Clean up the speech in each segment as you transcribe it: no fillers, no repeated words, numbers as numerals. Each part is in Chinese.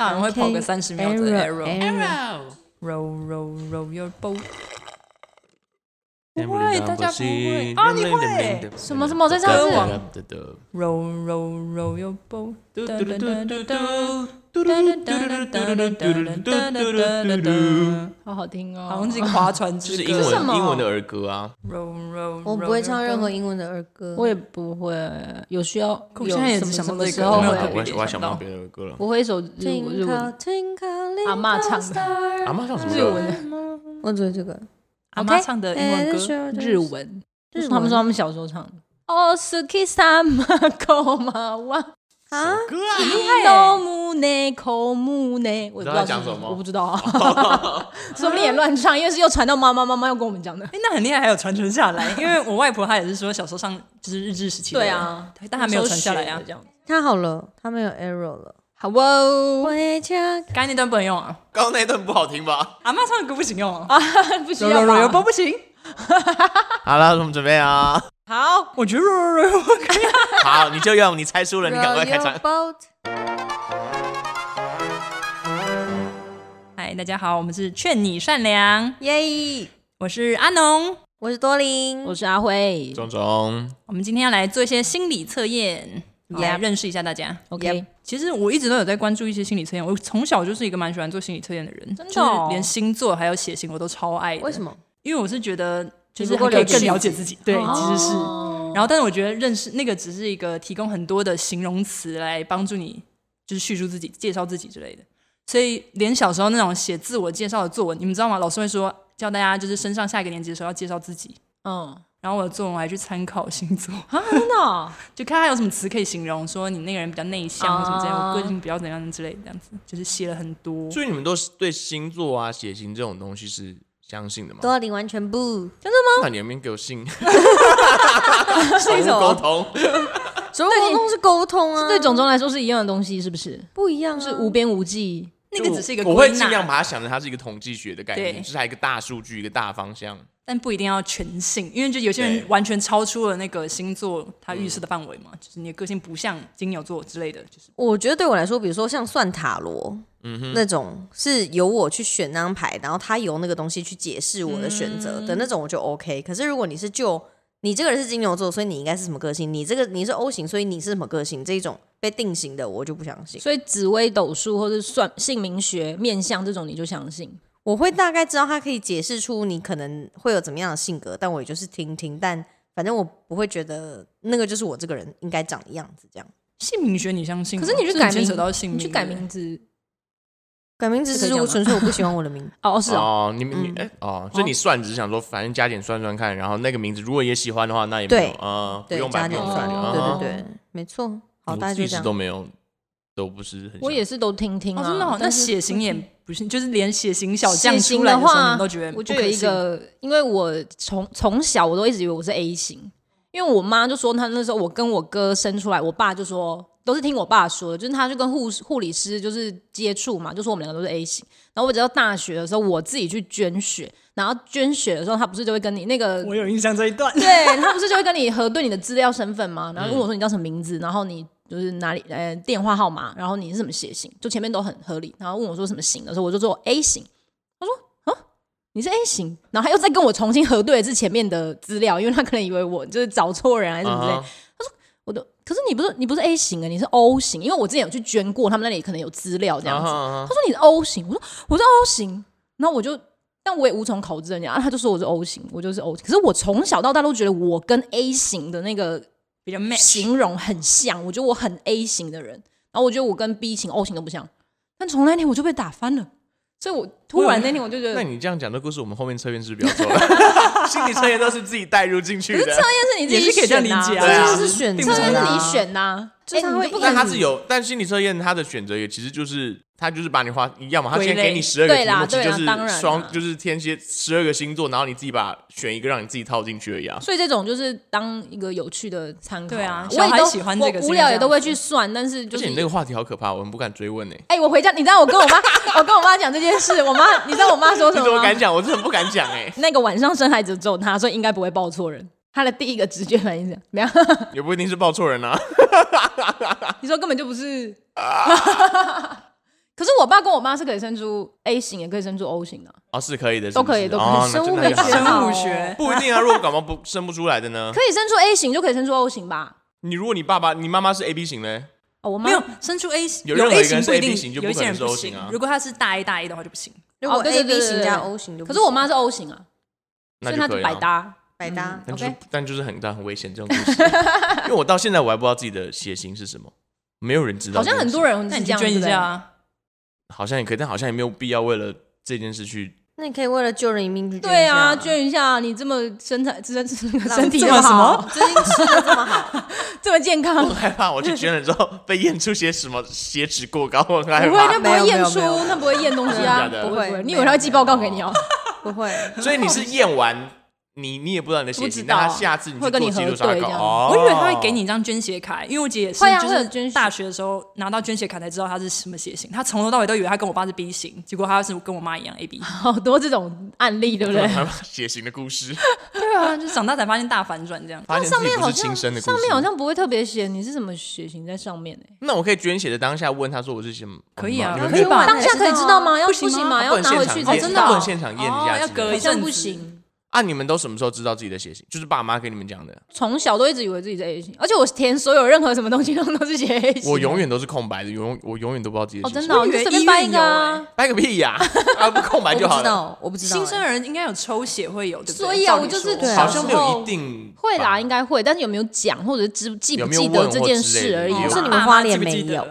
他好像会跑个30秒的 Arrow row your boat。 不会，大家不会啊？你会什么什么？我在唱是 row your boat。 好好听哦， 好像是一个划船之歌， 就是英文的儿歌啊。 我不会唱任何英文的儿歌， 我也不会。有需要， 我现在也只想到这个， 我还想不到别的儿歌了。 我会一首日文，阿嬷唱的， 阿嬷唱什么日文的？ 我只会这个。 阿嬷唱的英文歌， 日文，他们说他们小时候唱的。哦，Suki sama koma wa 啊， 歌啊， 很厉害耶！口木呢，我也不知道讲什么， 我不知道啊，说不定也乱唱，因为是又传到妈妈要跟我们讲的。 那很厉害，还有传承下来。因为我外婆她也是说小时候上就是日治时期的， 对啊， 但她没有传下来啊。 她好了，她没有 arrow 了。 好哦， 回家。 刚才那段不能用啊， 刚刚那段不好听吧？ 阿嬷唱的歌不行用啊， 不需要吧？ 不行。 好了，我们准备啊。 好，我觉得可以。 好，你就用，你猜输了，你赶快开场。 嗨，大家好，我们是劝你善良， 耶！ 我是阿农， 我是多琳， 我是阿辉， 钟钟。 我们今天要来做一些心理测验，来认识一下大家。 OK， 其实我一直都有在关注一些心理测验，我从小就是一个蛮喜欢做心理测验的人， 真的就是连星座还有血型我都超爱的。 为什么？ 因为我是觉得就是还可以更了解自己，对，其实是。然后，但是我觉得认识那个只是一个提供很多的形容词来帮助你，就是叙述自己、介绍自己之类的。所以，连小时候那种写自我介绍的作文，你们知道吗？老师会说叫大家就是升上下一个年级的时候要介绍自己。然后我的作文我还去参考星座啊，真的哦， 就看他有什么词可以形容，说你那个人比较内向或什么之类的，我个性比较怎样之类的，这样子就是写了很多。 所以你们都是对星座啊、血型这种东西是相信的吗？ 多琳完全不， 真的吗？ 那你那边给我信， 是什么？ 沟通， 所以沟通是沟通啊， 对种种来说是一样的东西，是不是？ 不一样啊， 就是无边无际。 那个只是一个我会尽量把它想成它是一个统计学的概念，就是它一个大数据、一个大方向， 但不一定要全信，因为就有些人完全超出了那个星座他预示的范围嘛，就是你的个性不像金牛座之类的。就是我觉得对我来说，比如说像算塔罗，那种是由我去选那张牌，然后他由那个东西去解释我的选择的那种，我就 OK。可是如果你是就你这个人是金牛座，所以你应该是什么个性？你是 O 型，所以你是什么个性？这种被定型的，我就不相信。 所以紫微斗数或是算姓名学、面相这种，你就相信？ 我会大概知道它可以解释出你可能会有怎么样的性格，但我也就是听听，但反正我不会觉得那个就是我这个人应该长的样子。这样姓名学你相信吗？ 可是你去改名， 扯到姓名， 你去改名字。 改名字是我纯粹我不喜欢我的名字哦，是哦，所以你算只是想说，反正加减算算看，然后那个名字如果也喜欢的话，那也没有对， 不用加减算，对，没错。好，大家就这样。 一直都没有，都不是很。 我也是都听听啊， 真的哦。那血型也不是，就是连血型小将出来的时候，你们都觉得我就有一个，因为我从小我都一直以为我是 A 型，因为我妈就说她那时候我跟我哥生出来，我爸就说。都是听我爸说的，就是他就跟护理师就是接触嘛，就说我们两个都是 A 型。然后我直到大学的时候，我自己去捐血，然后捐血的时候，他不是就会跟你那个， 我有印象这一段， 对他不是就会跟你核对你的资料身份吗？然后问我说你叫什么名字，然后你就是哪里电话号码，然后你是什么血型，就前面都很合理。然后问我说什么型的时候，我就说 A 型。他说啊，你是 A 型，然后他又再跟我重新核对一次前面的资料，因为他可能以为我就是找错人还是什么之类。他说可是你不是 A 型啊，你是 O 型，因为我之前有去捐过，他们那里可能有资料这样子。他说你是 O 型，我是 O 型，然后但我也无从考证人家，他就说我是 O 型，我就是 O 型。可是我从小到大都觉得我跟 A 型的那个比较形容很像，我觉得我很 A 型的人，然后我觉得我跟 B 型、O 型都不像，但从那天我就被打翻了。所以我突然那天我就觉得， 那你这样讲的故事，我们后面测验是不是不要做了？心理测验都是自己带入进去的， 可是测验是你自己选的， 测验是选择， 测验是你选的，就是他会， 但他是有，但心理测验他的选择也其实就是他就是把你要么他先给你12个题目，就是填写12个星座，然后你自己选一个让你自己套进去而已啊。 所以这种就是当一个有趣的参考。 对啊，小孩喜欢这个， 我无聊也都会去算，但是就是。 而且你那个话题好可怕，我们不敢追问我回家，你知道我跟我妈讲这件事，你知道我妈说什么吗？ 你怎么敢讲？我真的很不敢讲那个晚上生孩子只有她，所以应该不会报错人。他的第一个直觉反应是怎么样？ 也不一定是报错人啊。 你说根本就不是。 可是我爸跟我妈是可以生出 A 型，也可以生出 O 型的。 哦，是可以的， 都可以，都可以。 生物没学好， 生物学不一定啊。如果感冒不生不出来的呢？ 可以生出 A 型，就可以生出 O 型吧？ 如果你妈妈是 AB 型嘞？ 我没有生出 A 型， 有任何一个人是 AB 型就不可能是 O 型啊。 如果他是大 A 大 A 的话就不行。 如果 AB 型加 O 型就不行。 可是我妈是 O 型啊， 所以她就百搭。 但就是很危险这种故事，因为我到现在我还不知道自己的血型是什么，没有人知道。 好像很多人那你捐一下啊， 好像也可以，但好像也没有必要为了这件事去。 那你可以为了救人一命去捐一下。 对啊，捐一下，你这么身体这么好， 最近吃的这么好， 这么健康。 我很害怕，我去捐了之后被验出些什么血脂过高，我很害怕。 不会，那不会验出，那不会验东西啊， 不会。你以为他会寄报告给你哦？ 不会。 所以你是验完。你也不知道你的血型，那他下次你去做记录查稿。 我以为他会给你一张捐血卡，因为我姐也是，就是大学的时候拿到捐血卡才知道他是什么血型。他从头到尾都以为他跟我爸是 B 型，结果他是跟我妈一样 AB。 好多这种案例，对不对？ 血型的故事。 对啊，就长大才发现大反转这样。 发现自己不是亲生的故事。 上面好像不会特别写你是什么血型在上面。 那我可以捐血的当下问他说我是什么？ 可以啊， 可以吧？当下可以知道吗？不行吗？要拿回去才知道。 不能现场验一下， 要隔一阵不行。 你们都什么时候知道自己的血型？就是爸妈跟你们讲的。 从小都一直以为自己是 A 型，而且我填所有任何什么东西都是写 A 型。 我永远都是空白的，我永远都不知道自己的血型。 真的，你随便掰一个啊， 掰个屁呀！不空白就好了。 我不知道。 新生儿应该有抽血会有，对不对？ 所以啊，我就是好像没有一定会啦，应该会，但是有没有讲或者记不记得这件事而已。 是你们花莲没有？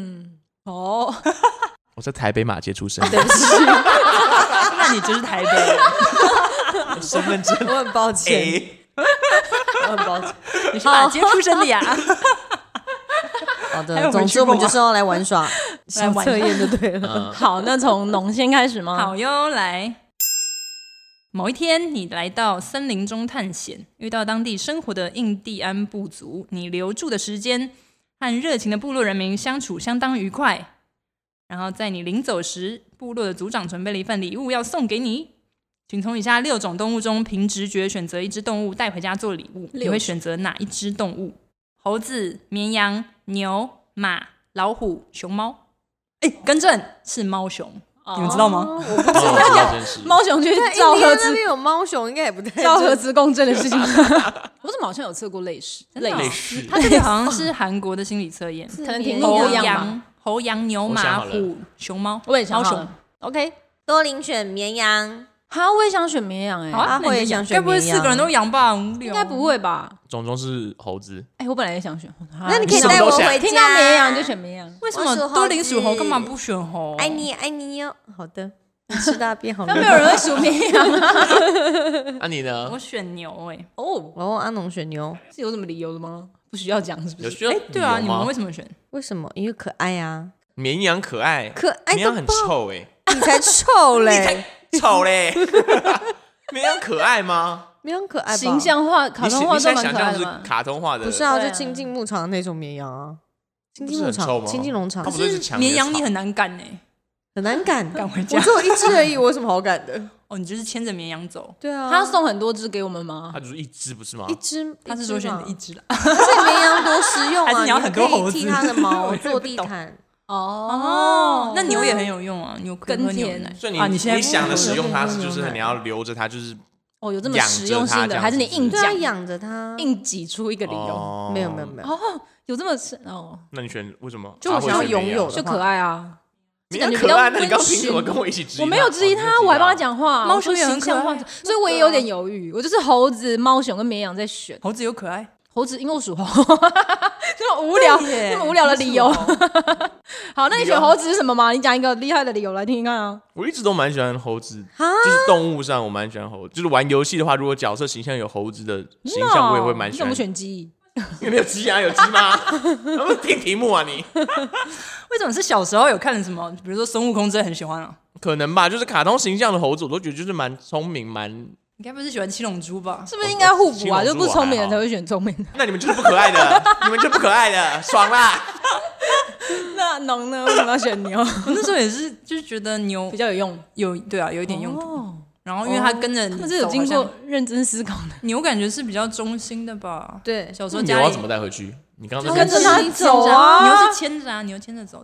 我在台北马街出生， 对不起， 那你就是台北人。 身份证， 我很抱歉，我很抱歉， 你是马街出生的呀？ 好的，总之我们就是要来玩耍小测验就对了。好，那从农先开始吗？ 好哟，来。某一天，你来到森林中探险，遇到当地生活的印第安部族，你留住的时间和热情的部落人民相处相当愉快。然后在你临走时，部落的族长准备了一份礼物要送给你。请从以下6种动物中凭直觉选择一只动物带回家做礼物。你会选择哪一只动物？猴子、绵羊、牛、马、老虎、熊猫。更正，是猫熊。你们知道吗？ 我不知道， 猫熊就是照盒子， 那边有猫熊，应该也不太照盒子共振的事情。我怎么好像有测过类似？ 它这个好像是韩国的心理测验， 可能挺不一样。 猴羊、牛、马、虎、熊猫， 我也想好了。OK， 多林选绵羊。 好，我也想选绵羊。 阿慧也想选绵羊。 该不会4个人都羊吧？ 应该不会吧？ 总是猴子。 我本来也想选。 那你可以带我回家。 听到绵羊就选绵羊。 为什么多林属猴，干嘛不选猴？ 爱你哟。好的，你吃大便好了。 那没有人会属绵羊啊？你呢？ 我选牛。 阿农选牛， 是有什么理由的吗？不需要讲是不是？ 对啊，你们为什么选？ 为什么？因为可爱啊。 绵羊可爱， 绵羊很臭你才臭嘞！ 丑嘞！绵羊可爱吗？ 绵羊可爱吧？ 形象化、卡通化都蛮可爱的吗？卡通化的不是啊，就亲近牧场的那种绵羊啊。亲近牧场，亲近农场。 可是绵羊你很难赶很难赶回家。 我只有1只而已，我有什么好赶的？ 你就是牵着绵羊走。 对啊， 他送很多只给我们吗？ 他就是1只不是吗 ？1只， 他是说选1只了。 而且绵羊多实用啊！ 还是你要很多猴子， 替它的毛做地毯。 那牛也很有用啊，牛耕田。 所以你想的使用它，就是你要留着它，就是有这么实用性的，还是你硬讲养着它， 硬挤出一个理由？ 没有有这么那你选为什么？ 就我想要拥有， 就可爱啊。 你很可爱，那你刚凭什么跟我一起质疑？ 我没有质疑他，我还帮他讲话。 猫熊也很可爱， 所以我也有点犹豫。我就是猴子、猫熊跟绵羊在选。 猴子又可爱。 猴子，因为我属猴，这么无聊的理由。好，那你选猴子是什么吗？你讲一个厉害的理由来听听看啊。 我一直都蛮喜欢猴子，就是动物上我蛮喜欢猴子。就是玩游戏的话，如果角色形象有猴子的形象，我也会蛮喜欢。 你怎么选鸡？ 因为没有鸡啊，有鸡吗？能不能听题目啊你？ 为什么是小时候有看什么？比如说孙悟空，真的很喜欢啊？ 可能吧，就是卡通形象的猴子，我都觉得就是蛮聪明， 你该不是喜欢七龙珠吧？ 是不是应该互补啊？就不聪明人才会选聪明的。 那你们就是不可爱的，你们就不可爱的，爽啦！ 那农呢？为什么要选牛？ 我那时候也是，就是觉得牛比较有用， 对啊，有一点用途。然后因为它跟着你， 它是有经过认真思考的。 牛感觉是比较忠心的吧？ 对， 小时候家里牛要怎么带回去？你刚刚跟着它走啊， 牛是牵着啊，牛牵着走的。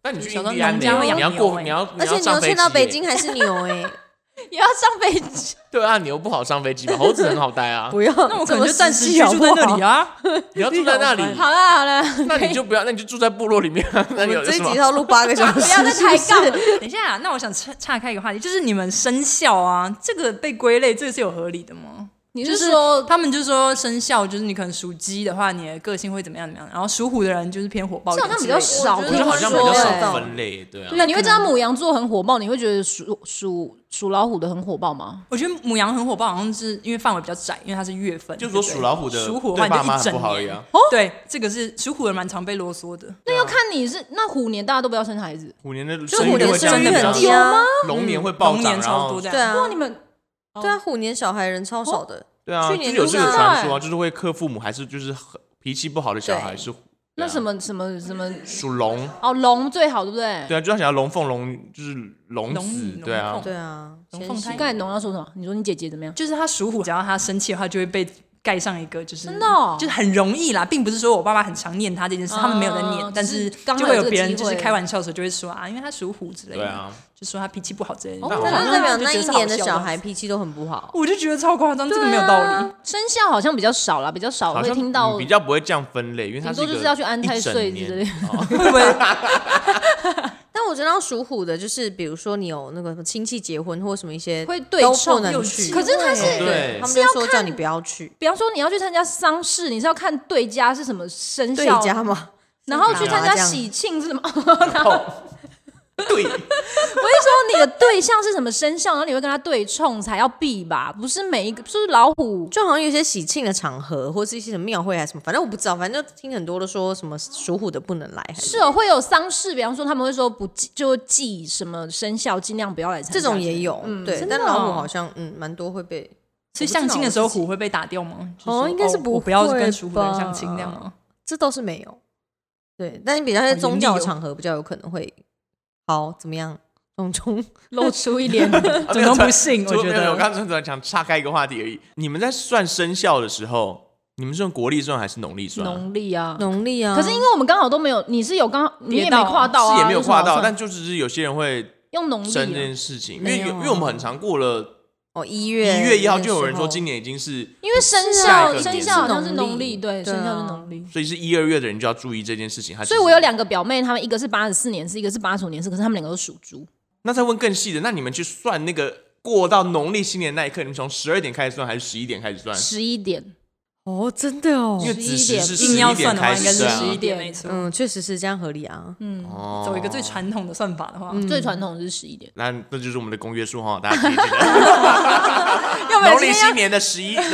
但你去印第安你要过，你要而且牛迁到北京还是牛也要上飞机。 对啊，牛不好上飞机嘛，猴子很好待啊。 不要， 那我可能就暂时居住在那里啊。 你要住在那里？ 好了， 那你就不要，那你就住在部落里面啊。那你这一集要录8个小时， 不要再抬杠。 等一下，那我想岔开一个话题，就是你们生肖啊，这个被归类，这个是有合理的吗？ 你是说他们就说生肖就是你可能属鸡的话，你的个性会怎么样怎么样，然后属虎的人就是偏火爆一点， 好像比较少， 我觉得好像比较少分类，对啊。 那你会知道牡羊座很火爆，你会觉得属老虎的很火爆吗？ 我觉得牡羊很火爆，好像是因为范围比较窄，因为它是月份， 就是说属老虎的属虎的话你就一整年啊。 对，这个是属虎的蛮常被啰嗦的。 那要看你是那虎年大家都不要生孩子， 虎年的就虎年生育很低啊， 龙年会暴涨， 超多这样。 对啊， 哇，你们对啊，虎年小孩人超少的。 对啊， 去年有这个传说啊，就是会克父母，还是就是脾气不好的小孩是虎。 那什么属龙哦，龙最好对不对？ 对啊，就要想要龙凤龙，就是龙死，对啊， 对啊。 龙凤胎。 刚才龙要说什么？你说你姐姐怎么样？ 就是她属虎，只要她生气的话，就会被盖上一个，就是真的哦， 就是很容易啦，并不是说我爸爸很常念他这件事，他们没有在念，但是就会有别人就是开玩笑的时候就会说啊，因为他属虎之类的， 对啊， 就说他脾气不好之类的。 那代表那一年的小孩脾气都很不好， 我就觉得超夸张，这个没有道理。 生肖好像比较少啦，比较少会听到， 比较不会这样分类，因为它就是要去安太岁之类的， 会不会？ 但我知道属虎的，就是比如说你有那个亲戚结婚或什么一些会对冲，不能去。 可是他是对， 他们就说叫你不要去。 比方说你要去参加丧事，你是要看对家是什么生肖， 对家吗？ 然后去参加喜庆是什么？ 对， 我是说你的对象是什么生肖，然后你会跟他对冲才要避吧？不是每一个，就是老虎， 就好像有些喜庆的场合，或是一些什么庙会还是什么，反正我不知道，反正就听很多都说什么属虎的不能来。 是哦，会有丧事，比方说他们会说不就忌什么生肖，尽量不要来参加。 这种也有，对，但老虎好像蛮多会被。 所以相亲的时候虎会被打掉吗？ 哦，应该是不会， 我不要跟属虎的人相亲这样吗？ 这倒是没有。对，但你比较在宗教场合比较有可能会。好，怎么样？中露出一脸怎么不信？我觉得我刚才想岔开一个话题而已。你们在算生肖的时候，你们是用国历算还是农历算？ 农历啊， 农历啊。 可是因为我们刚好都没有，你是有你也没跨到啊， 是也没有跨到，但就是有些人会用农历生这件事情，因为我们很常过了。 1月 1号就有人说今年已经是因为生肖好像是农历，对，生肖是农历， 所以是1、2月的人就要注意这件事情。 所以我有2个表妹，她们一个是84年是，一个是85年是，可是她们2个都属猪。 那再问更细的，那你们去算那个过到农历新年那一刻，你们从12点开始算还是11点开始算 ？11点。 哦，真的哦， 因为子时是 11 点开始， 应该是11点，没错。 确实是这样合理啊。 走一个最传统的算法的话， 最传统的是11点。 那就是我们的公约数哈，大家记得。农历新年的11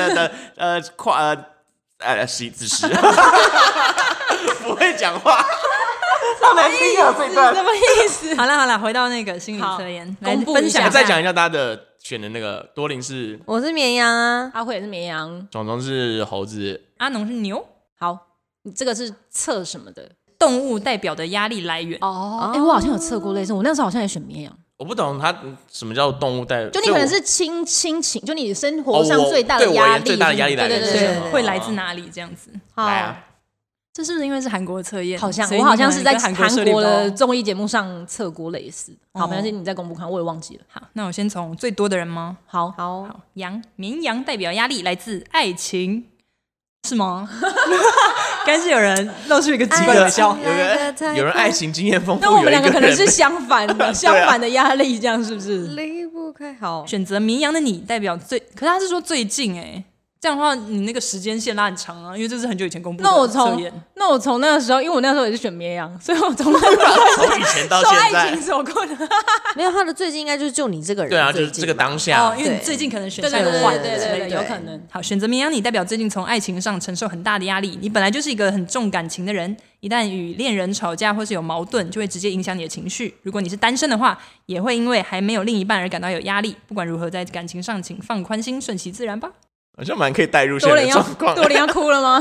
子时，不会讲话。 什么意思？什么意思？ 好了，回到那个心理测验，来分享， 再讲一下大家的选的那个。多林是， 我是绵羊啊， 阿慧也是绵羊， 总总是猴子， 阿农是牛。 好，你这个是测什么的？ 动物代表的压力来源。 哦，我好像有测过类似，我那时候好像也选绵羊。 我不懂它什么叫动物代表， 就你可能是亲情，就你生活上最大的压力， 最大的压力来源， 对， 会来自哪里？这样子。 来啊。 这是不是因为是韩国的测验？ 好像我好像是在韩国的综艺节目上测过类似。好，没关系，你再公布看，我也忘记了。 好，那我先从最多的人吗？ 好， 绵羊代表压力来自爱情，是吗？刚是有人露出一个奇怪的笑， 有人爱情经验丰富， 那我们2个可能是相反的压力，这样是不是？ 离不开。好， 选择绵羊的你代表可是他是说最近这样的话，你那个时间线拉很长啊，因为这是很久以前公布的测验。 那我从那个时候，因为我那时候也是选绵羊，所以我从以前到现在爱情走过的。 没有，他的最近应该就是就你这个人。 对啊，就是这个当下。 因为你最近可能选项换了之类的， 有可能。 好，选择绵羊你代表最近从爱情上承受很大的压力。你本来就是一个很重感情的人，一旦与恋人吵架或是有矛盾，就会直接影响你的情绪。如果你是单身的话，也会因为还没有另一半而感到有压力。不管如何，在感情上请放宽心，顺其自然吧。 好像蛮可以带入现在的状况。 多林要哭了吗？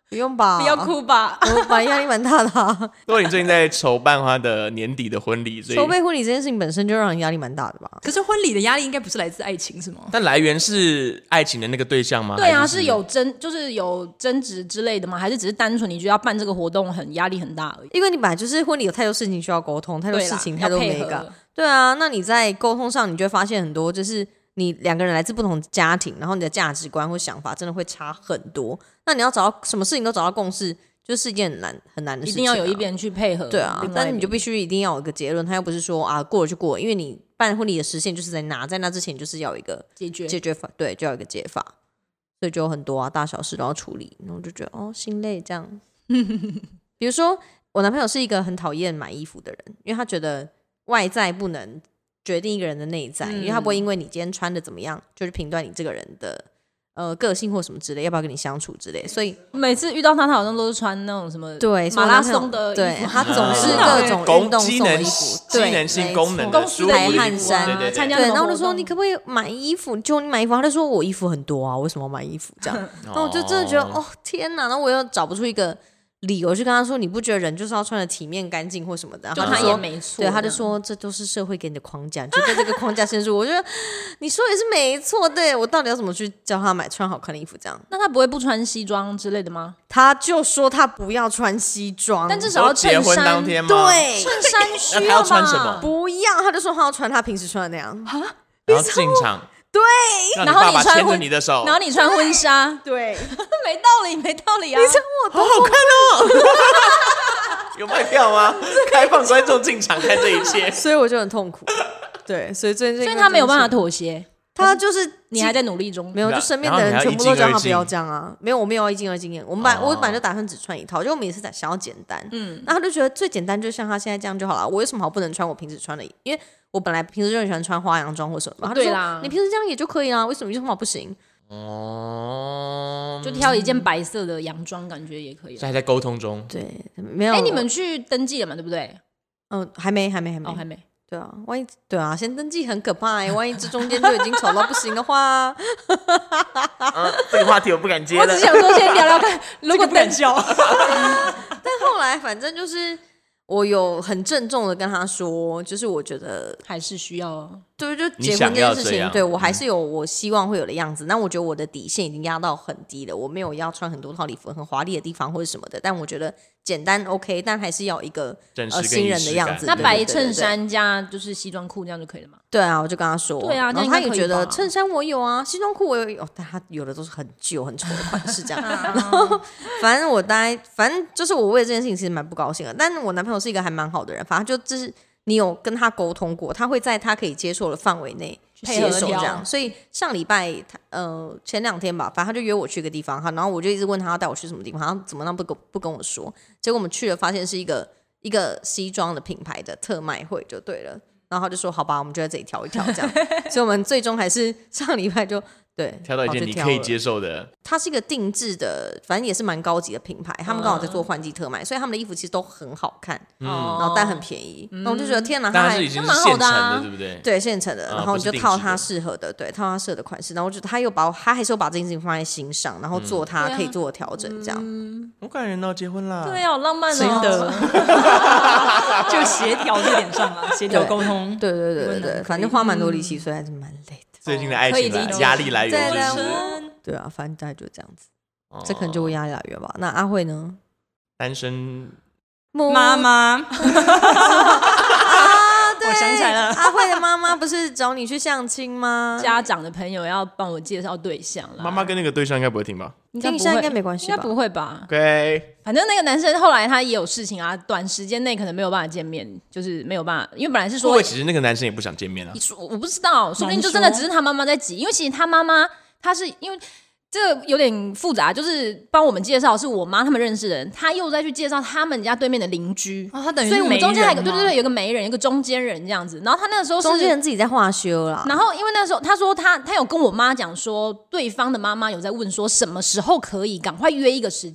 不用吧， 不要哭吧， 我把压力蛮大的啊。 对，你最近在筹办他的年底的婚礼， 筹备婚礼这件事情本身就让人压力蛮大的吧？ 可是婚礼的压力应该不是来自爱情是吗？ 但来源是爱情的那个对象吗？ 对啊，是有就是有争执之类的吗？还是只是单纯你觉得要办这个活动很压力很大而已？ 因为你本来就是婚礼有太多事情需要沟通，太多事情太多美感。对啊，那你在沟通上，你就会发现很多就是你两个人来自不同家庭，然后你的价值观或想法真的会差很多。那你要找到什么事情都找到共识，就是一件很难的事情、 一定要有一边去配合。 对啊，但你就必须一定要有一个结论，他又不是说啊过了就过了，因为你办婚礼的时限就是在那之前就是要有一个解决法，对，就要有一个解法，所以就有很多大小事都要处理，然后就觉得心累这样。比如说我男朋友是一个很讨厌买衣服的人，因为他觉得外在不能决定一个人的内在，因为他不会因为你今天穿的怎么样，就是评断你这个人的个性或什么之类，要不要跟你相处之类。所以每次遇到他好像都是穿那种什么对马拉松的衣服， 对他总是各种运动送的衣服， 机能性功能的公司的汗衫， 对， 然后我就说你可不可以买衣服？就你买衣服，他就说我衣服很多啊，为什么要买衣服这样？然后我就真的觉得天哪，然后我又找不出一个理由去跟他说，你不觉得人就是要穿的体面干净或什么的？ 就他也没错， 对，他就说这都是社会给你的框架，就在这个框架深入。我觉得你说也是没错，对我到底要怎么去教他穿好看的衣服？这样， 那他不会不穿西装之类的吗？ 他就说他不要穿西装， 但至少要衬衫。 结婚当天吗？ 对， 衬衫需要吧？ 那他要穿什么？ 不要，他就说他要穿他平时穿的那样。 然后进场。 对， 然后你牵着你的手， 然后你穿婚纱， 对， 没道理，没道理啊！ 你穿我好好看哦！有卖票吗？开放观众进场看这一切， 所以我就很痛苦。对，所以他没有办法妥协， 他就是你还在努力中， 没有，就身边的人全部都叫他不要这样啊。没有，我没有一斤二斤，我本来就打算只穿一套，就我们也是想要简单，然后他就觉得最简单就像他现在这样就好了。我有什么好不能穿我平时穿的？因为我本来平时就很喜欢穿花洋装或什么，他就说你平时这样也就可以啦，为什么有什么好不行？ 就挑一件白色的洋装，感觉也可以。 所以还在沟通中。 对，没有。 你们去登记了嘛？对不对？ 还没。 哦，还没。 对啊，万一对啊，先登记很可怕万一这中间就已经吵到不行的话， 这个话题我不敢接了。 我只想说先聊聊看，如果等笑。 但后来反正就是我有很郑重的跟他说，就是我觉得还是需要， 对，就结婚这件事情，对我还是有我希望会有的样子。那我觉得我的底线已经压到很低了，我没有要穿很多套礼服、很华丽的地方或者什么的。但我觉得简单 OK， 但还是要一个新人的样子。 那白衬衫加就是西装裤这样就可以了嘛？ 对啊，我就跟他说， 对啊， 然后他也觉得衬衫我有啊，西装裤我有，但他有的都是很旧很丑的款式这样。然后反正就是我为了这件事情其实蛮不高兴的。但是我男朋友是一个还蛮好的人，反正就是你有跟他沟通过，他会在他可以接受的范围内接受这样。所以上礼拜前2天吧，反正他就约我去一个地方，然后我就一直问他要带我去什么地方，他怎么不跟我说。结果我们去了，发现是一个西装的品牌的特卖会就对了。然后他就说好吧，我们就在这里挑一挑这样。所以我们最终还是上礼拜就对挑到一件你可以接受的。 它是一个定制的，反正也是蛮高级的品牌，他们刚好在做换季特卖，所以他们的衣服其实都很好看，然后但很便宜。那我就觉得天哪， 但是已经是现成的，对不对？ 对，现成的，然后你就套他适合的，对，套他适合的款式。然后我觉得他还是有把这件事情放在心上，然后做他可以做的调整，这样。 好感人哦，结婚啦！ 对啊，好浪漫哦， 真的。就协调这点上啊，协调沟通。 对，反正花蛮多力气，所以还是蛮累的。 最近的爱情压力来源就是， 对啊，反正大概就这样子。这可能就会压力来源吧。那阿慧呢？ 单身妈妈。我想起来了， 阿慧的妈妈不是找你去相亲吗？ 家长的朋友要帮我介绍对象啦。 妈妈跟那个对象应该不会听吧？ 你听一下应该没关系吧？ 应该不会吧 ？OK， 反正那个男生后来他也有事情啊，短时间内可能没有办法见面，就是没有办法，因为本来是说， 其实那个男生也不想见面啊。 我不知道，说不定就真的只是他妈妈在急，因为其实他妈妈他是因为。这个有点复杂，就是帮我们介绍是我妈他们认识的人，他又再去介绍他们家对面的邻居， 他等于所以我们中间还有个有个媒人，有个中间人这样子。然后他那个时候是中间人自己在化修啦。 然后因为那时候他说他有跟我妈讲说，对方的妈妈有在问说什么时候可以赶快约一个时间。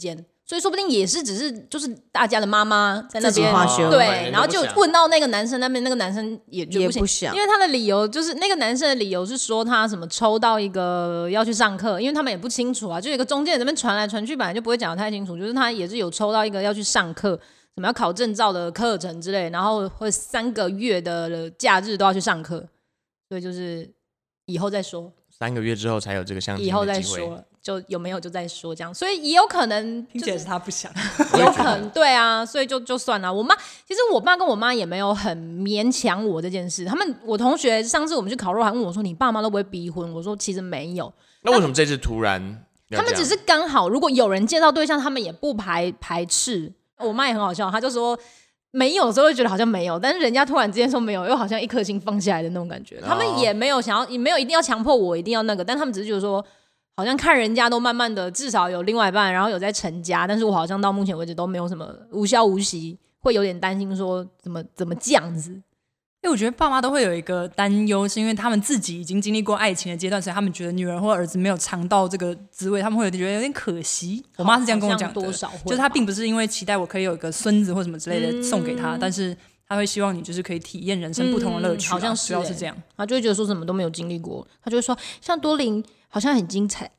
所以说不定也是只是就是大家的妈妈在那边对， 然后就问到那个男生那边，那个男生也不想， 因为他的理由就是那个男生的理由是说他什么抽到一个要去上课，因为他们也不清楚啊，就有一个中介人那边传来传去，本来就不会讲得太清楚，就是他也是有抽到一个要去上课，什么要考证照的课程之类，然后会3个月的假日都要去上课，所以就是以后再说 ，3个月之后才有这个相亲的机会， 以后再说。就有没有就再说这样，所以也有可能听起来是他不想， 有可能对啊，所以就算了。其实我爸跟我妈也没有很勉强我这件事。我同学上次我们去烤肉还问我说：“你爸妈都不会逼婚？”我说：“其实没有。” 那为什么这次突然？ 他们只是刚好，如果有人介绍对象，他们也不排斥。我妈也很好笑，她就说没有的时候会觉得好像没有，但是人家突然之间说没有，又好像一颗心放下来的那种感觉。他们也没有想要，也没有一定要强迫我一定要那个，但他们只是觉得说。好像看人家都慢慢的至少有另外一半，然后有在成家，但是我好像到目前为止都没有什么无消无息，会有点担心说怎么这样子。因为我觉得爸妈都会有一个担忧，是因为他们自己已经经历过爱情的阶段，所以他们觉得女儿或儿子没有尝到这个滋味，他们会觉得有点可惜。我妈是这样跟我讲的，就是她并不是因为期待我可以有一个孙子或什么之类的送给她，但是她会希望你就是可以体验人生不同的乐趣， 好像是主要是这样。 她就会觉得说什么都没有经历过，她就会说像多琳好像很精彩。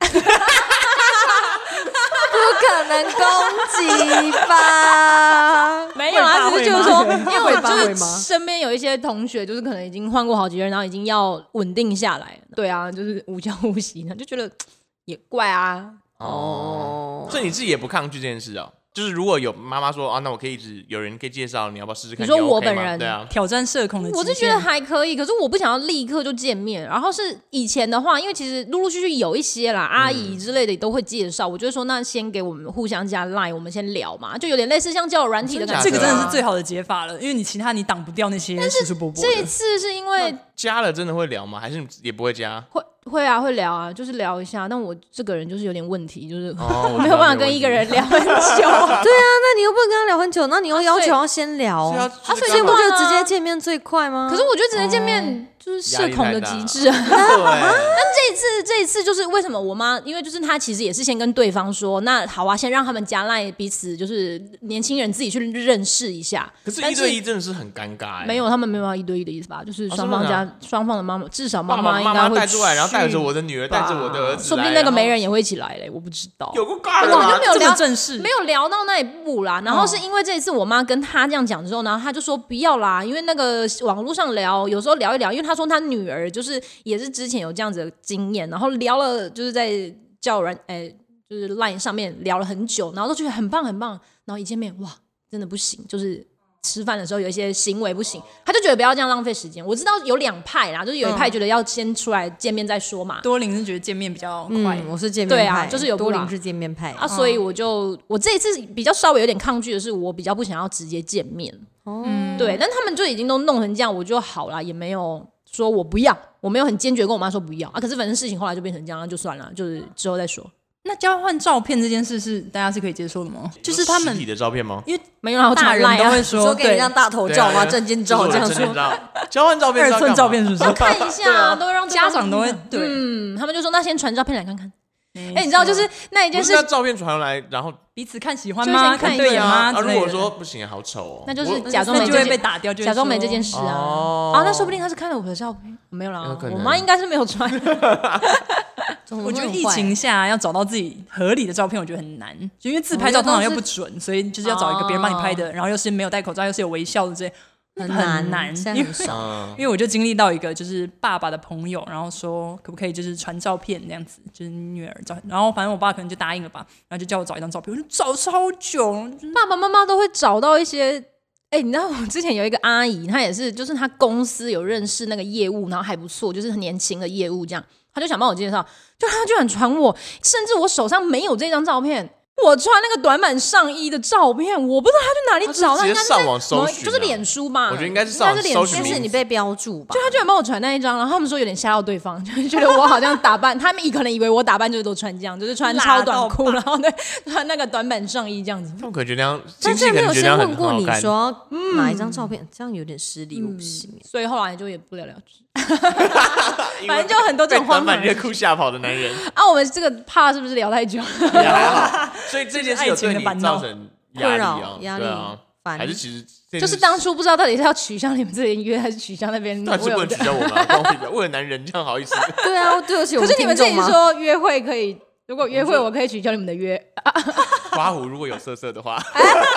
不可能攻击吧？ 没有啊，只是就是说，因为我就是身边有一些同学，就是可能已经换过好几任，然后已经要稳定下来。对啊，就是无消无息呢，就觉得也怪啊。 哦，所以你自己也不抗拒这件事哦？就是如果有妈妈说啊，那我可以有人可以介绍，你要不要试试看？ 你说我本人对啊， 挑战社恐的极限， 我是觉得还可以，可是我不想要立刻就见面。然后是以前的话，因为其实陆陆续续有一些啦，阿姨之类的都会介绍，我就会说那先给我们互相加 LINE， 我们先聊嘛，就有点类似像交友软体的感觉。 这个真的是最好的解法了，因为你其他你挡不掉那些叔叔伯伯。 这一次是因为加了真的会聊吗？还是也不会加？ 会啊，会聊啊，就是聊一下。但我这个人就是有点问题，就是我没有办法跟一个人聊很久。对啊，那你又不能跟他聊很久，那你又要求要先聊，所以不就直接见面最快吗？ 可是我觉得直接见面就是社恐的极致啊。但这一次就是为什么我妈，因为就是她其实也是先跟对方说，那好啊，先让他们加LINE彼此就是年轻人自己去认识一下。 可是1对1真的是很尴尬。 没有，他们没有要1对1的意思吧？就是双方的妈妈，至少妈妈应该会带出来，然后带着我的女儿，带着我的儿子， 说不定那个媒人也会一起来嘞，我不知道。 有个尬的， 我就没有聊正式， 没有聊到那一步啦。然后是因为这一次我妈跟他这样讲之后，然后他就说不要啦，因为那个网络上聊，有时候聊一聊，因为他说他女儿就是也是之前有这样子的经验，然后聊了就是在交友就是 LINE 上面聊了很久，然后都觉得很棒很棒，然后一见面哇真的不行，就是吃饭的时候有一些行为不行，他就觉得不要这样浪费时间。我知道有2派啦，就是有一派觉得要先出来见面再说嘛。 多琳是觉得见面比较快， 我是见面派， 对啊，就是有多琳是见面派啊，所以我这一次比较稍微有点抗拒的是，我比较不想要直接见面。对，但他们就已经都弄成这样，我就好啦，也没有说我不要，我没有很坚决跟我妈说不要啊。可是反正事情后来就变成这样，那就算了，就是之后再说。 那交换照片这件事是大家是可以接受的吗？就是他们实体的照片吗？ 因为没有大人都会说给人家大头照吗？证件照这样说。 交换照片 2寸照片是不是？ 要看一下，都会让家长都会对， 他们就说那先传照片来看看。你知道就是那一件事， 照片传来，然后彼此看喜欢吗？看对眼吗？ 如果说不行，好丑哦， 那就是假装没就会被打掉， 假装没这件事啊。那说不定他是看了我的照片，没有啦，我妈应该是没有传。 我觉得疫情下要找到自己合理的照片，我觉得很难，就因为自拍照通常又不准，所以就是要找一个别人帮你拍的，然后又是没有戴口罩，又是有微笑的这些。很难，因为我就经历到一个就是爸爸的朋友，然后说可不可以就是传照片那样子，就是女儿照，然后反正我爸可能就答应了吧，然后就叫我找一张照片，我就找超久， 爸爸妈妈都会找到一些。你知道我之前有一个阿姨，她也是，就是她公司有认识那个业务，然后还不错，就是很年轻的业务这样，她就想帮我介绍，就她居然传我，甚至我手上没有这张照片。我穿那个短版上衣的照片，我不知道他去哪里找， 他直接上网搜寻， 就是脸书吧？ 我觉得应该是上网搜寻， 是你被标注吧？ 就他居然帮我传那一张，然后他们说有点吓到对方，就觉得我好像打扮，他们可能以为我打扮就是都穿这样，就是穿超短裤，然后对穿那个短版上衣这样子。 他们可能觉得那样， 但是没有先问过你说哪一张照片，这样有点失礼，我不行。 所以后来就也不了了之。反正就很多这种荒唐短版热裤吓跑的男人啊！我们这个怕是不是聊太久？ 所以这件事有对你造成压力啊？ 压力啊，还是其实就是当初不知道到底是要取消你们这边约，还是取消那边？ 但是不能取消我们啊！为了男人这样好意思？ 对啊，对不起。 可是你们自己说约会可以，如果约会我可以取消你们的约。 刮胡如果有色色的话，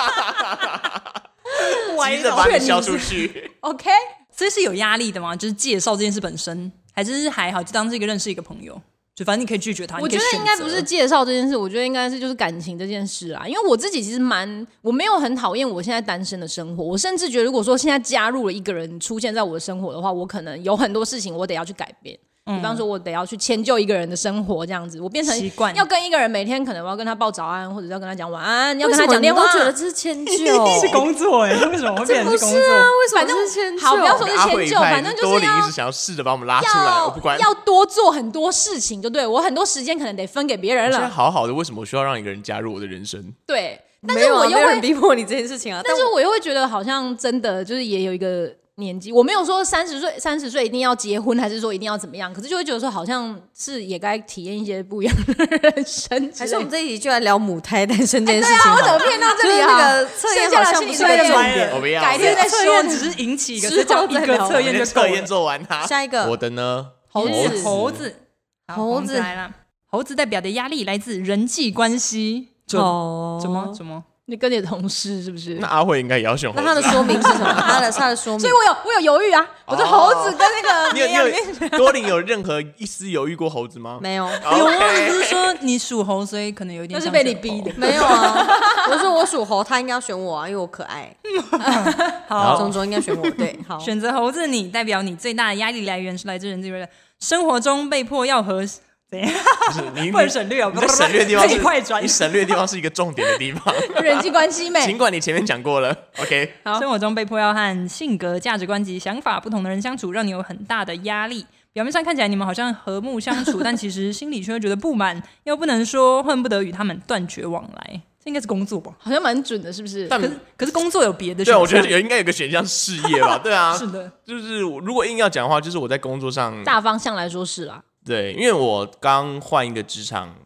急着把你消出去。 OK， 所以是有压力的吗？就是介绍这件事本身，还是还好，就当是一个认识一个朋友。就反正你可以拒绝他。 我觉得应该不是介绍这件事，我觉得应该是就是感情这件事啊。因为我自己其实我没有很讨厌我现在单身的生活，我甚至觉得如果说现在加入了一个人出现在我的生活的话，我可能有很多事情我得要去改变。比方说我得要去迁就一个人的生活这样子，我变成习惯要跟一个人每天可能我要跟他报早安，或者要跟他讲晚安，要跟他讲电话。 我觉得这是迁就， 是工作为什么会变成是工作？ 为什么是迁就？ 好，不要说是迁就，反正就是多林一直想要试着把我们拉出来，我不管。 要多做很多事情，就对我很多时间可能得分给别人了。 现在好好的，为什么我需要让一个人加入我的人生？ 对，但是我又会逼迫你这件事情啊。 但是我又会觉得好像真的就是也有一个年纪，我没有说30岁一定要结婚，还是说一定要怎么样，可是就会觉得说好像是也该体验一些不一样的人生。 还是我们这一集就来聊母胎单身这件事情？ 对啊，我怎么骗到这里啊？ 那个测验好像不是个重点， 我不要。 改天再说， 只是引起一个测验就测验做完它。 下一个， 我的呢？ 猴子来了。 猴子代表的压力来自人际关系。怎么？ 你跟你的同事是不是？ 那阿慧应该也要选猴子。 那他的说明是什么？他的说明。 所以我有犹豫啊。我是猴子跟那个绵羊。 多林有任何一丝犹豫过猴子吗？ 没有。 有啊，你不是说你属猴，所以可能有一点。 那是被你逼的。 没有啊，我说我属猴，他应该要选我啊，因为我可爱。好，钟应该选我。对，好。 选择猴子，你代表你最大的压力来源是来自人际关系。生活中被迫要和。 你不能省略， 你在省略的地方是快转， 你省略的地方是一个重点的地方。 人际关系美， 尽管你前面讲过了 ，OK。 生活中被迫要和性格、价值观及想法不同的人相处，让你有很大的压力。表面上看起来你们好像和睦相处，但其实心里却会觉得不满，又不能说，恨不得与他们断绝往来。这应该是工作吧？ 好像蛮准的，是不是？ 可是工作有别的选对， 项。 我觉得应该有个选项事业吧？对啊， 是的。 就是如果硬要讲的话，就是我在工作上大方向来说是啦。 对，因为我刚换一个职场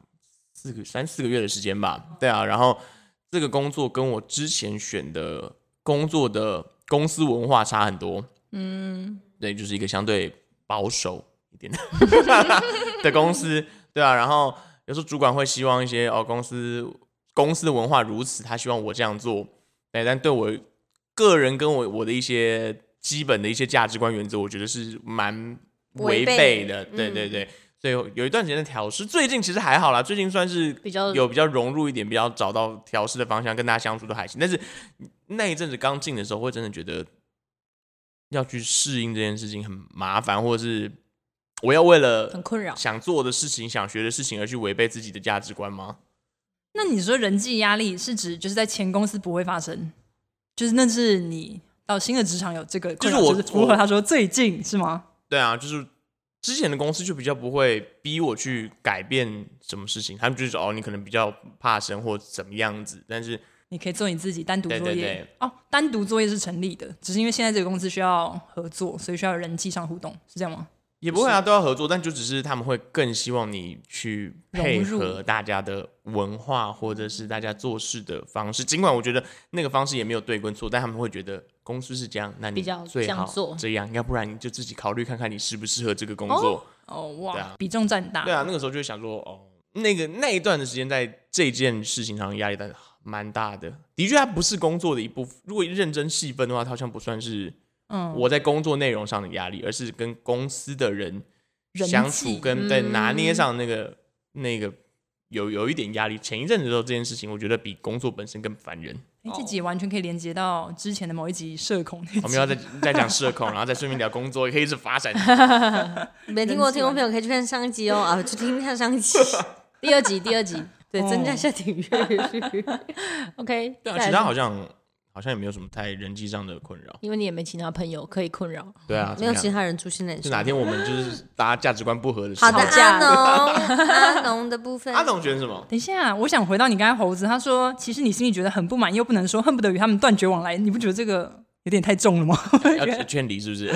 3-4个月的时间吧，对啊，然后这个工作跟我之前选的工作的公司文化差很多，对，就是一个相对保守一点的公司，对啊，然后有时候主管会希望一些公司的文化如此，他希望我这样做，对，但对我个人跟我的一些基本的一些价值观原则，我觉得是蛮违背的，对对对，所以有一段时间的调试，最近其实还好啦，最近算是比较融入一点，比较找到调试的方向，跟大家相处都还行。但是那一阵子刚进的时候，会真的觉得要去适应这件事情很麻烦，或者是我要为了很困扰想做的事情、想学的事情而去违背自己的价值观吗？ 那你说人际压力是指就是在前公司不会发生，就是那是你到新的职场有这个困扰，就是符合他说最近是吗？ 对啊，就是之前的公司就比较不会逼我去改变什么事情，他们就是说你可能比较怕生或怎么样子，但是你可以做你自己单独作业。 对单独作业是成立的，只是因为现在这个公司需要合作，所以需要人际上互动，是这样吗？ 也不会啊，都要合作，但就只是他们会更希望你去配合大家的文化或者是大家做事的方式。尽管我觉得那个方式也没有对跟错，但他们会觉得公司是这样，那你最好这样，要不然你就自己考虑看看你适不适合这个工作。 哇， 对啊， 比重占大。 对啊，那个时候就会想说，那一段的时间在这件事情上压力蛮大的。的确，它不是工作的一部分。如果认真细分的话，它好像不算是。我在工作内容上的压力，而是跟公司的人相处跟在拿捏上那个有一点压力。前一阵子的时候，这件事情我觉得比工作本身更烦人。 这集完全可以连接到之前的某一集社恐那集。 我们要再讲社恐，然后再顺便聊工作，也可以一直发展。 没听过听众朋友可以去看上一集哦，去听看上一集第二集， 对，增加一下订阅率。 OK， 对啊，其他好像也没有什么太人际上的困扰， 因为你也没其他朋友可以困扰。 对啊， 没有其他人出现在你身上。 是哪天我们就是大家价值观不合的时候。 好的，阿农的部分。 阿农选什么？ 等一下，我想回到你刚才猴子，他说其实你心里觉得很不满，又不能说，恨不得与他们断绝往来。你不觉得这个有点太重了吗？ 要劝离是不是？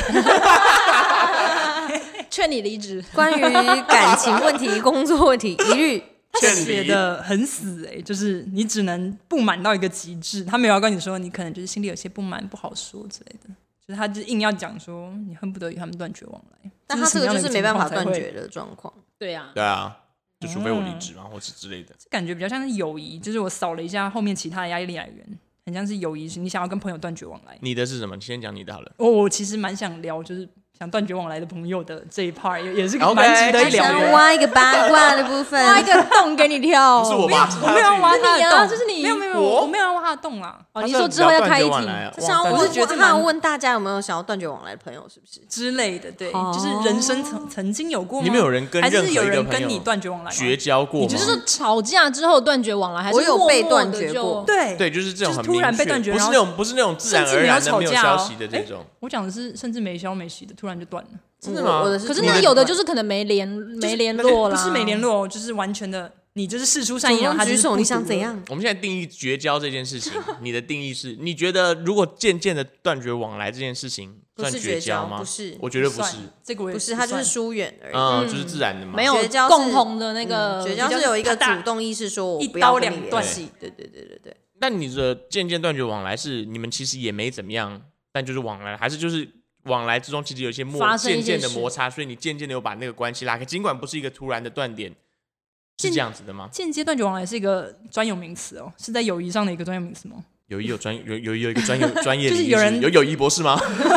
劝你离职。 关于感情问题、工作问题，一律他写的很死就是你只能不满到一个极致，他没有要跟你说你可能就是心里有些不满不好说之类的，就是他就硬要讲说你恨不得与他们断绝往来， 但他这个就是没办法断绝的状况。 对啊， 对啊，就除非我离职嘛，或是之类的。 感觉比较像是友谊，就是我扫了一下后面其他的压力来源，很像是友谊，是你想要跟朋友断绝往来。 你的是什么？你先讲你的好了。 我其实蛮想聊，就是想断绝往来的朋友的这一 part， 也是蛮值得一聊的。 想挖一个八卦的部分， 挖一个洞给你跳。 不是我吧？ 我没有挖他的洞， 就是你。 没有，我没有要挖他的洞啦。 你说之后要开一题， 他要问大家有没有想要断绝往来的朋友，是不是之类的？对，就是人生曾经有过吗？ 你们有人跟任何一个朋友还是有人跟你断绝往来绝交过吗？ 你就是说吵架之后断绝往来，还是我有被断绝过？ 对， 就是这种很突然被断绝， 不是那种自然而然的没有消息的这种。 我讲的是甚至没消没息的，突然就断了。 真的吗？ 可是那有的就是可能没联络啦， 不是没联络，就是完全的，你就是释出善意，然后他举手，你想怎样？ 我们现在定义绝交这件事情，你的定义是，你觉得如果渐渐的断绝往来这件事情算绝交吗？ 不是， 我觉得不是， 这个不是，它就是疏远而已，就是自然的嘛。 没有共同的那个绝交是有一个主动意识，说我不要跟你联系。对。 但你的渐渐断绝往来是你们其实也没怎么样，但就是往来，还是就是往来之中其实有一些渐渐的摩擦，所以你渐渐的有把那个关系拉开，尽管不是一个突然的断点，是这样子的吗？ 间接断绝往来是一个专有名词哦，是在友谊上的一个专有名词吗？ 友谊有一个专业就是有人有友谊博士吗？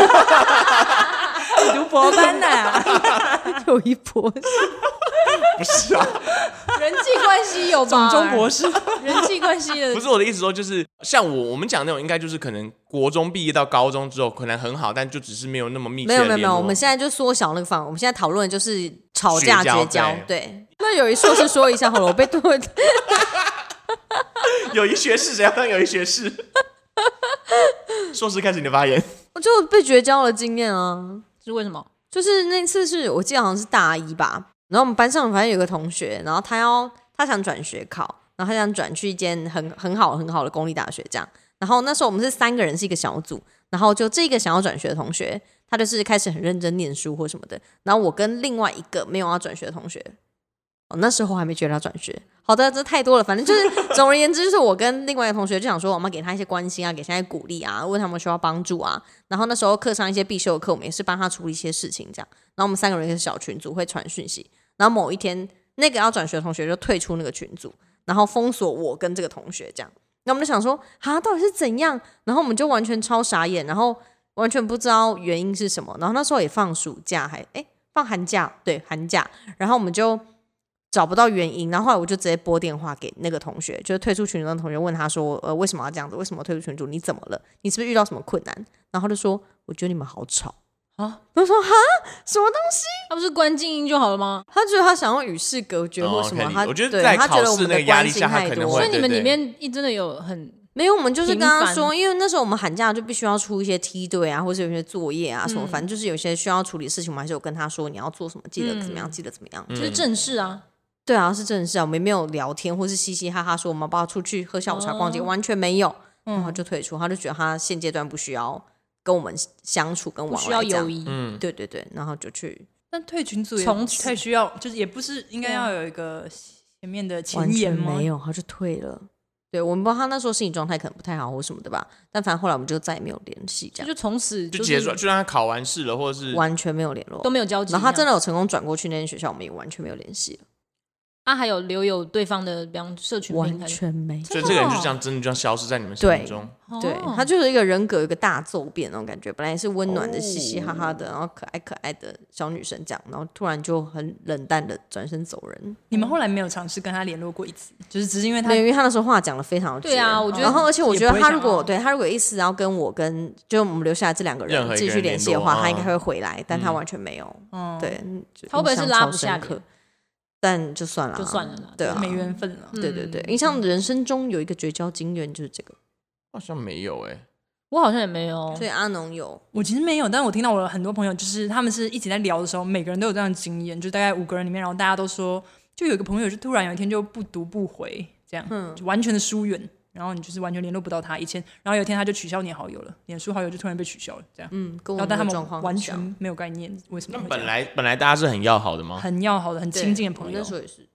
你读博班的友谊博士不是啊， 人际关系有吧？ 中博士， 人际关系的不是我的意思说，就是像我们讲那种，应该就是可能国中毕业到高中之后，可能很好，但就只是没有那么密切的联络。 没有，我们现在就缩小那个范围。我们现在讨论的就是吵架绝交。对，那友谊硕士说一下好了，我被对。 友谊学士，谁要当友谊学士？硕士开始你的发言。 我就被绝交的经验啊， 是为什么？ 就是那次是我记得好像是大一吧。然后我们班上反正有个同学，然后他想转学考，然后他想转去一间很好的公立大学这样。然后那时候我们是3个人是一个小组，然后就这个想要转学的同学，他就是开始很认真念书或什么的。然后我跟另外一个没有要转学的同学，那时候还没觉得要转学。好的，这太多了，反正就是总而言之，就是我跟另外一个同学就想说，我们要给他一些关心啊，给他一些鼓励啊，问他们需要帮助啊。然后那时候课上一些必修的课，我们也是帮他处理一些事情这样。然后我们3个人一个小群组会传讯息。然后某一天，那个要转学的同学就退出那个群组，然后封锁我跟这个同学这样。那我们就想说，到底是怎样？然后我们就完全超傻眼，然后完全不知道原因是什么。然后那时候也放暑假，放寒假，对，寒假。然后我们就找不到原因，然后后来我就直接拨电话给那个同学，就是退出群组的同学，问他说，为什么要这样子？为什么退出群组？你怎么了？你是不是遇到什么困难？然后他就说，我觉得你们好吵。我说什么东西？ 他不是关静音就好了吗？ 他觉得他想要与世隔绝或什么？ 我觉得在考试那个压力下，他可能会。 所以你们里面真的有很没有？我们就是跟他说，因为那时候我们寒假就必须要出一些梯队啊，或是有些作业啊什么，反正就是有些需要处理的事情，我们还是有跟他说你要做什么，记得怎么样，记得怎么样， 就是正事啊。 对啊，是正事啊，我们没有聊天或是嘻嘻哈哈说我们要不要出去喝下午茶、逛街，完全没有。然后就退出，他就觉得他现阶段不需要跟我们相处跟往来， 不需要友谊。 对，然后就去。 但退群组也太需要，就是也不是应该要有一个前面的前言吗？ 没有，他就退了。对，我们不知道他那时候心理状态可能不太好或什么的吧，但反正后来我们就再也没有联系，这样就从此就结束，就让他考完试了，或者是完全没有联络， 都没有交集。 然后他真的有成功转过去那间学校，我们也完全没有联系了。 还有留有对方的，比方社群平台， 完全没。 所以这个人就这样真的就消失在你们生命中。 对，他就是一个人格有一个大骤变那种感觉，本来是温暖的、嘻嘻哈哈的，然后可爱可爱的小女生这样，然后突然就很冷淡的转身走人。 你们后来没有尝试跟他联络过一次，就是只是因为他， 因为他那时候话讲的非常的对啊，我觉得， 然后而且我觉得他如果有意思要跟我就我们留下来这2个人继续联系的话，他应该会回来，但他完全没有。对， 他会不会是拉不下脸？ 但就算了， 啦， 对啊， 没缘分了。 对，印象人生中有一个绝交经验就是这个， 好像没有我好像也没有。 所以阿农有， 我其实没有，但我听到我的很多朋友，就是他们是一起在聊的时候，每个人都有这样的经验，就大概5个人里面，然后大家都说，就有一个朋友就突然有一天就不读不回，这样，就完全的疏远。然后你就是完全联络不到他，以前，然后有一天他就取消你好友了，脸书好友就突然被取消了，这样。 跟我们的状况，然后但他们完全没有概念为什么会这样。 本来大家是很要好的吗？ 很要好的，很亲近的朋友。 那时候也是。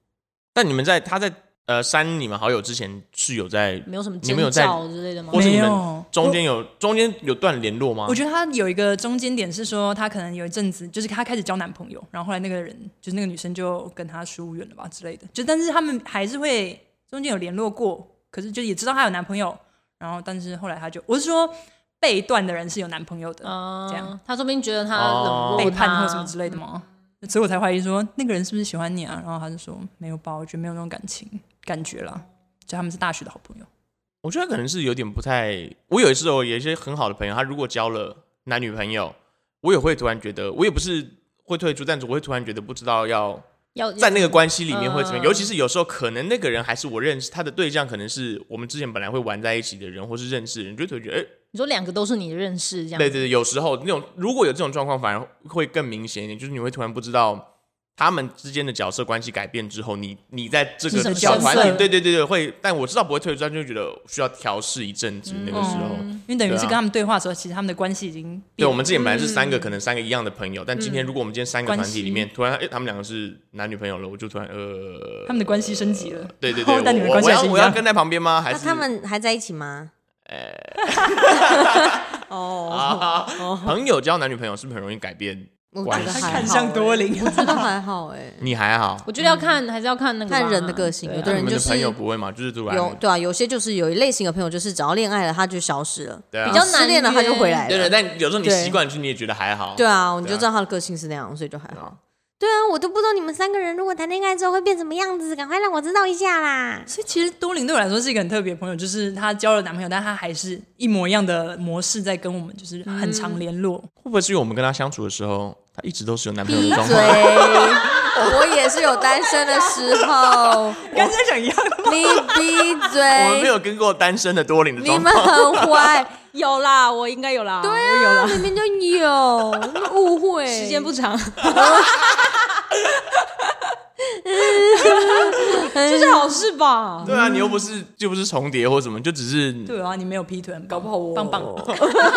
但他在删你们好友之前是有在没有什么你们有在征兆之类的吗？ 或是你们没有中间有断联络吗？ 我觉得他有一个中间点是说，他可能有一阵子就是他开始交男朋友，然后后来那个人就是那个女生就跟他疏远了吧之类的，就但是他们还是会中间有联络过，可是就也知道他有男朋友，然后但是后来我是说被断的人是有男朋友的，这样他说不定觉得他冷落背叛或什么之类的吗？所以我才怀疑说那个人是不是喜欢你啊？然后他就说没有吧，我觉得没有那种感觉啦，就他们是大学的好朋友。 我觉得可能是有点不太。我有时候有一些很好的朋友，他如果交了男女朋友，我也会突然觉得，我也不是会退出，但是我会突然觉得不知道要在那个关系里面会怎么样。尤其是有时候可能那个人还是我认识他的对象，可能是我们之前本来会玩在一起的人，或是认识的人，就会觉得你说2个都是你认识这样？ 对，有时候那种如果有这种状况，反而会更明显一点，就是你会突然不知道他们之间的角色关系改变之后，你在这个小团体，对，会，但我知道不会退出，就觉得需要调试一阵子。那个时候， 因为等于是跟他们对话的时候，其实他们的关系已经对我们之前本来是3个，可能3个一样的朋友，但今天如果我们今天3个团体里面突然他们2个是男女朋友了，我就突然他们的关系升级了。 对， 但你们关系我要跟在旁边吗？还是他们还在一起吗？ 朋友交男女朋友是不是很容易改变关系？ 看向多林， 我觉得还好你还好？ 我觉得还是要看那个看人的个性，有的人就是朋友不会嘛，就是突然对啊，有些就是有一类型的朋友，就是只要恋爱了他就消失了， 对啊， 比较难失恋了他就回来了。 对，但有时候你习惯去，你也觉得还好。 对啊，你就知道他的个性是那样，所以就还好。对啊，我都不知道你们3个人如果谈恋爱之后会变什么样子，赶快让我知道一下啦。 所以其实多林对我来说是一个很特别的朋友，就是他交了男朋友，但他还是一模一样的模式在跟我们，就是很常联络。 会不会是因为我们跟他相处的时候，他一直都是有男朋友的状闭况？ 嘴！我也是有单身的时候。 刚才讲一样的吗？ 你闭嘴！ 我们没有跟过单身的多林的你们状况。 很坏。 有啦，我应该有啦。 对我有啦， 明明就有，你们误会。 时间不长。这是好事吧？ 对啊，你又不是重叠或什么，就只是对啊，你没有劈腿，搞不好我棒棒。 自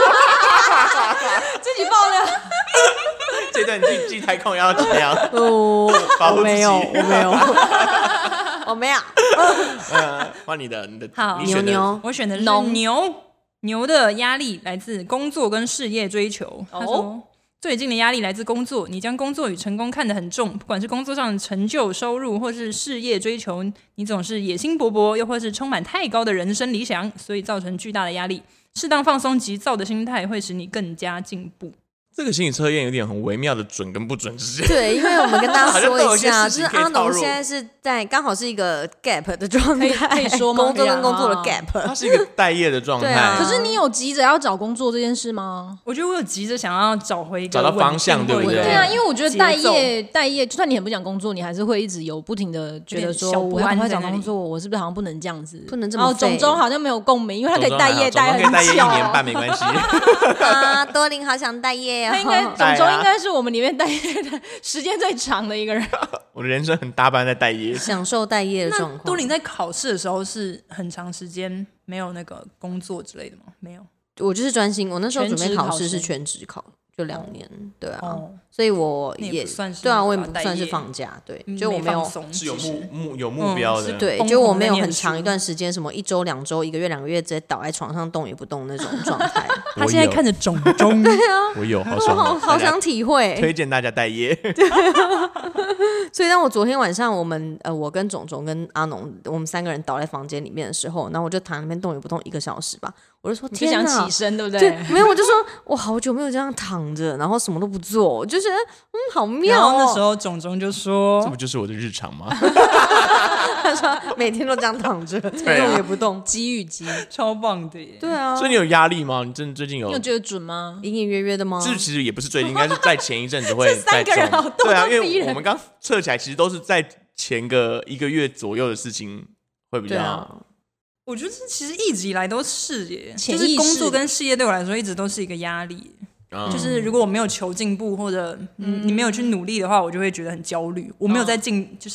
己爆料。 这段记太空要怎样？ 我没有，我没有。 换你的好， 牛， 我选的是牛的压力来自工作跟事业追求。他说最近的压力来自工作，你将工作与成功看得很重，不管是工作上的成就、收入，或是事业追求，你总是野心勃勃，又或是充满太高的人生理想，所以造成巨大的压力。适当放松急躁的心态会使你更加进步。 这个心理测验有点很微妙的准跟不准之间。 对，因为我们跟大家说一下，就是阿农现在是在刚好是一个 gap 的状态， 可以说吗？ 工作跟工作的 gap， 它是一个待业的状态。 可是你有急着要找工作这件事吗？ 我觉得我有急着想要找到方向，对不对？ 对啊，因为我觉得待业，就算你很不想工作，你还是会一直有不停的觉得说，我要赶快找工作，我是不是好像不能这样子， 不能这么。 然后种种好像没有共鸣，因为他可以待业待很久， 可以待业1年半没关系。 啊，多林好想待业他应该应该是我们里面待业的时间最长的一个人。 我的人生很大半在待业， 享受待业的状况。 多林在考试的时候是很长时间没有那个工作之类的吗？没有， 我就是专心。我那时候准备考试是全职考，就2年。对啊，所以我也对啊，我也不算是放假。对，就我没有是有目标的。 对，就我没有很长一段时间，什么1周、2周、1个月、2个月，直接倒在床上动也不动那种状态。 他现在看着种种， 对啊， 我有好想体会， 推荐大家待业。 所以当我昨天晚上我跟种种跟阿农我们3个人倒在房间里面的时候，然后我就躺在那边动也不动1个小时吧，我就说天哪， 就想起身对不对？ 对，没有，我就说我好久没有这样躺着，然后什么都不做，我就觉得好妙。 然后那时候种种就说：“ 这不就是我的日常吗？” 他说每天都这样躺着，动也不动， 机遇机， 超棒的耶。 对啊， 所以你有压力吗？你最近有？ 你有觉得准吗？ 隐隐约约的吗？ 这其实也不是最近，应该是在前一阵子会 3个人好多， 对啊，因为我们刚测起来，其实都是在前1个月左右的事情会比较。 我觉得其实一直以来都是耶，就是工作跟事业对我来说一直都是一个压力。就是如果我没有求进步，或者你没有去努力的话，我就会觉得很焦虑。我没有在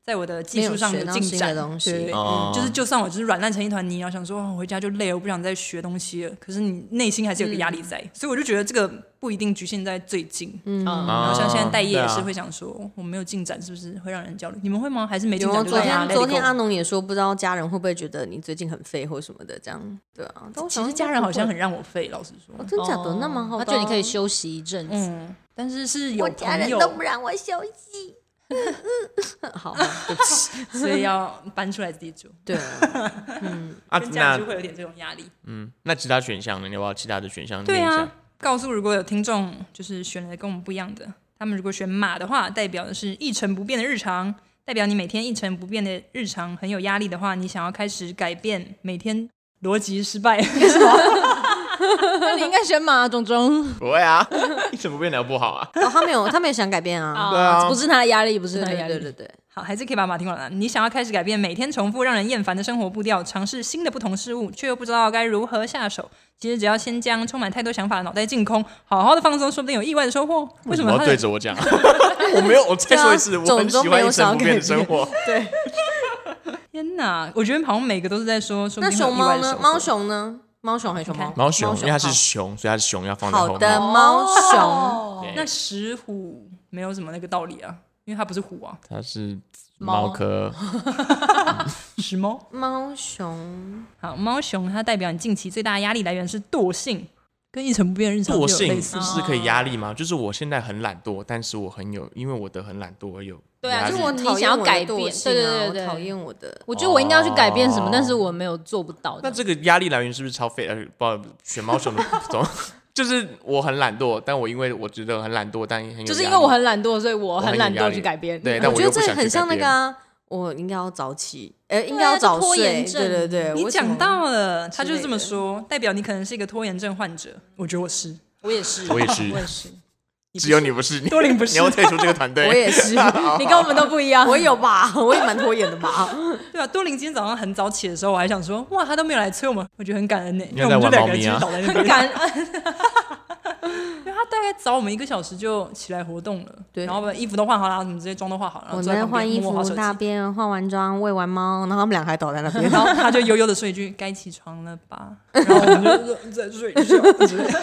在我的技术上有进展的东西， 对，就是就算我就是软烂成一团泥，然后想说我回家就累了，我不想再学东西了，可是你内心还是有个压力在，所以我就觉得这个不一定局限在最近，然后像现在待业也是会想说我没有进展是不是会让人焦虑？你们会吗？还是没进展就在家？ 昨天阿农也说，不知道家人会不会觉得你最近很废或什么的，这样对啊。 其实家人好像很让我废，老实说， 真假的那蛮好的， 他觉得你可以休息一阵子， 但是是有朋友， 我家人都不让我休息。好，对不起， 所以要搬出来自己住。 对， 跟家人就会有点这种压力。 那其他选项呢？你要不要其他的选项念一下？ 对啊，告诉如果有听众就是选了跟我们不一样的，他们如果选马的话，代表的是一成不变的日常，代表你每天一成不变的日常很有压力的话，你想要开始改变每天逻辑失败。 那你应该选马种种。 不会啊，一成不变的不好啊。 他没有想改变啊。 对啊， 不是他的压力，不是他的压力。 对。 好，还是可以把马听完了。你想要开始改变每天重复让人厌烦的生活步调，尝试新的不同事物，却又不知道该如何下手。其实只要先将充满太多想法的脑袋净空，好好的放松，说不定有意外的收获。为什么要对着我讲？我没有，我再说一次，我很喜欢一成不变的生活。 对。 天哪，我觉得好像每个都是在说不定有意外的收获。 猫熊呢？猫熊还是熊猫？ 猫熊，因为它是熊，所以它是熊要放在后面。 好的，猫熊。 那石虎没有什么那个道理啊，因为它不是虎啊， 它是猫科。 石猫。 猫熊。 好，猫熊它代表你近期最大的压力来源是惰性，跟一成不变的日常惰性类似。 是可以压力吗？就是我现在很懒惰，但是我很有，因为我的很懒惰而有。 对啊， 就是我你想要改变，对， 我讨厌我的。 我觉得我应该要去改变什么，但是我没有做不到。 那这个压力来源是不是超废？不知道选猫熊的总就是我很懒惰，但我因为我觉得很懒惰，但很有压力， 就是因为我很懒惰，所以我很懒惰去改变。 对，但我觉得这很像那个啊，我应该要早起，应该要早睡。对， 你讲到了，他就是这么说，代表你可能是一个拖延症患者。我觉得我是， 我也是。 只有你不是， 多林不是， 你要退出这个团队。 我也是， 你跟我们都不一样。 我有吧？我也蛮拖延的吧？ 对啊，多林今天早上很早起的时候，我还想说，哇，他都没有来催我们，我觉得很感恩呢。 因为我们就两个人其实倒在那边， 很感恩。 因为他大概早我们1个小时就起来活动了， 对， 然后把衣服都换好了，什么这些妆都化好了， 我在换衣服，大便，换完妆，喂完猫，然后他们俩还倒在那边， 然后他就悠悠的说一句：“该起床了吧？”然后我们就再睡一觉之类的。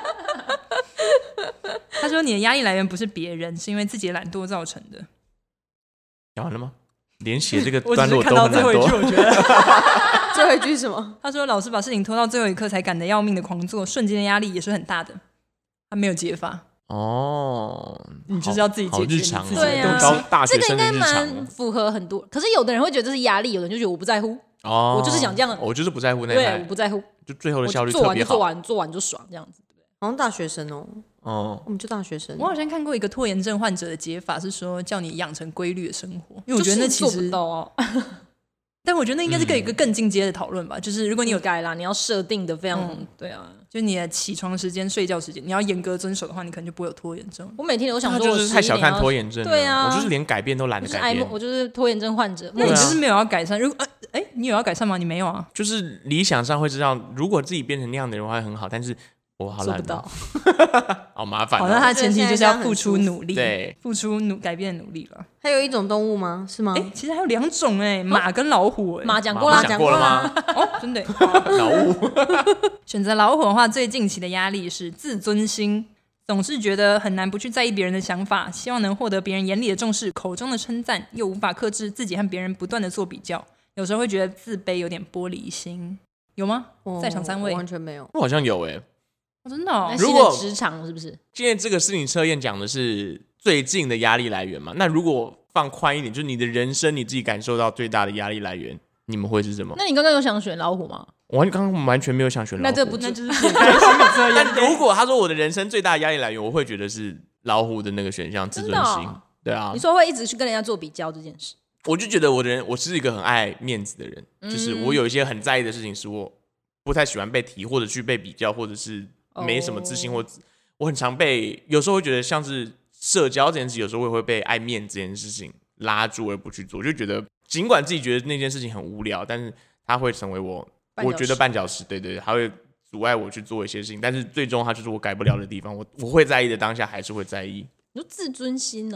他说：“你的压力来源不是别人，是因为自己的懒惰造成的。” 讲完了吗？连写这个段落我只是看到最后一句，我觉得最后一句是什么？ 他说：“老师把事情拖到最后一刻才赶得要命的狂做，瞬间的压力也是很大的。他没有解法哦， 你就是要自己解决。 日常， 对啊， 这个应该蛮符合很多。可是有的人会觉得这是压力，有的人就觉得我不在乎。我就是想这样， 我就是不在乎那对，我不在乎， 就最后的效率特别好， 做完就爽这样子。 好像大学生哦，我们就大学生。 我好像看过一个拖延症患者的解法，是说叫你养成规律的生活，因为我觉得那其实做不到啊。 但我觉得那应该是一个更进阶的讨论吧，就是如果你有改啦，你要设定的非常对啊， 就你的起床时间、睡觉时间，你要严格遵守的话，你可能就不会有拖延症。 我每天都想说， 就是太小看拖延症了。 对啊， 我就是连改变都懒得改变。 我就是拖延症患者。 那你就是没有要改善？如果你有要改善吗？你没有啊？ 就是理想上会知道，如果自己变成那样的人会很好，但是我好懒， 做不到， 好麻烦。 好，那他的前提就是要付出努力， 对， 付出改变的努力了。 还有一种动物吗？是吗？ 其实还有2种马跟老虎。 马讲过了吗？ 哦，真的。 老虎选择老虎的话，最近期的压力是自尊心，总是觉得很难不去在意别人的想法，希望能获得别人眼里的重视、口中的称赞，又无法克制自己和别人不断的做比较，有时候会觉得自卑，有点玻璃心。有吗？在场3位完全没有。 我好像有真的哦。 如果职场是不是？ 今天这个心理测验讲的是最近的压力来源嘛？那如果放宽一点，就是你的人生你自己感受到最大的压力来源，你们会是什么？ 那你刚刚有想选老虎吗？ 我刚刚完全没有想选老虎。 那这不就是解开心理测验？ 但如果他说我的人生最大的压力来源，我会觉得是老虎的那个选项，自尊心。对啊， 你说会一直去跟人家做比较这件事， 我就觉得我是一个很爱面子的人，就是我有一些很在意的事情，是我不太喜欢被提或者去被比较，或者是没什么自信，或我很常被有时候会觉得像是社交这件事，有时候我也会被爱面子这件事情拉住而不去做，就觉得尽管自己觉得那件事情很无聊，但是它会成为我觉得绊脚石，对，它会阻碍我去做一些事情，但是最终它就是我改不了的地方，我会在意的当下还是会在意。 你说自尊心哦？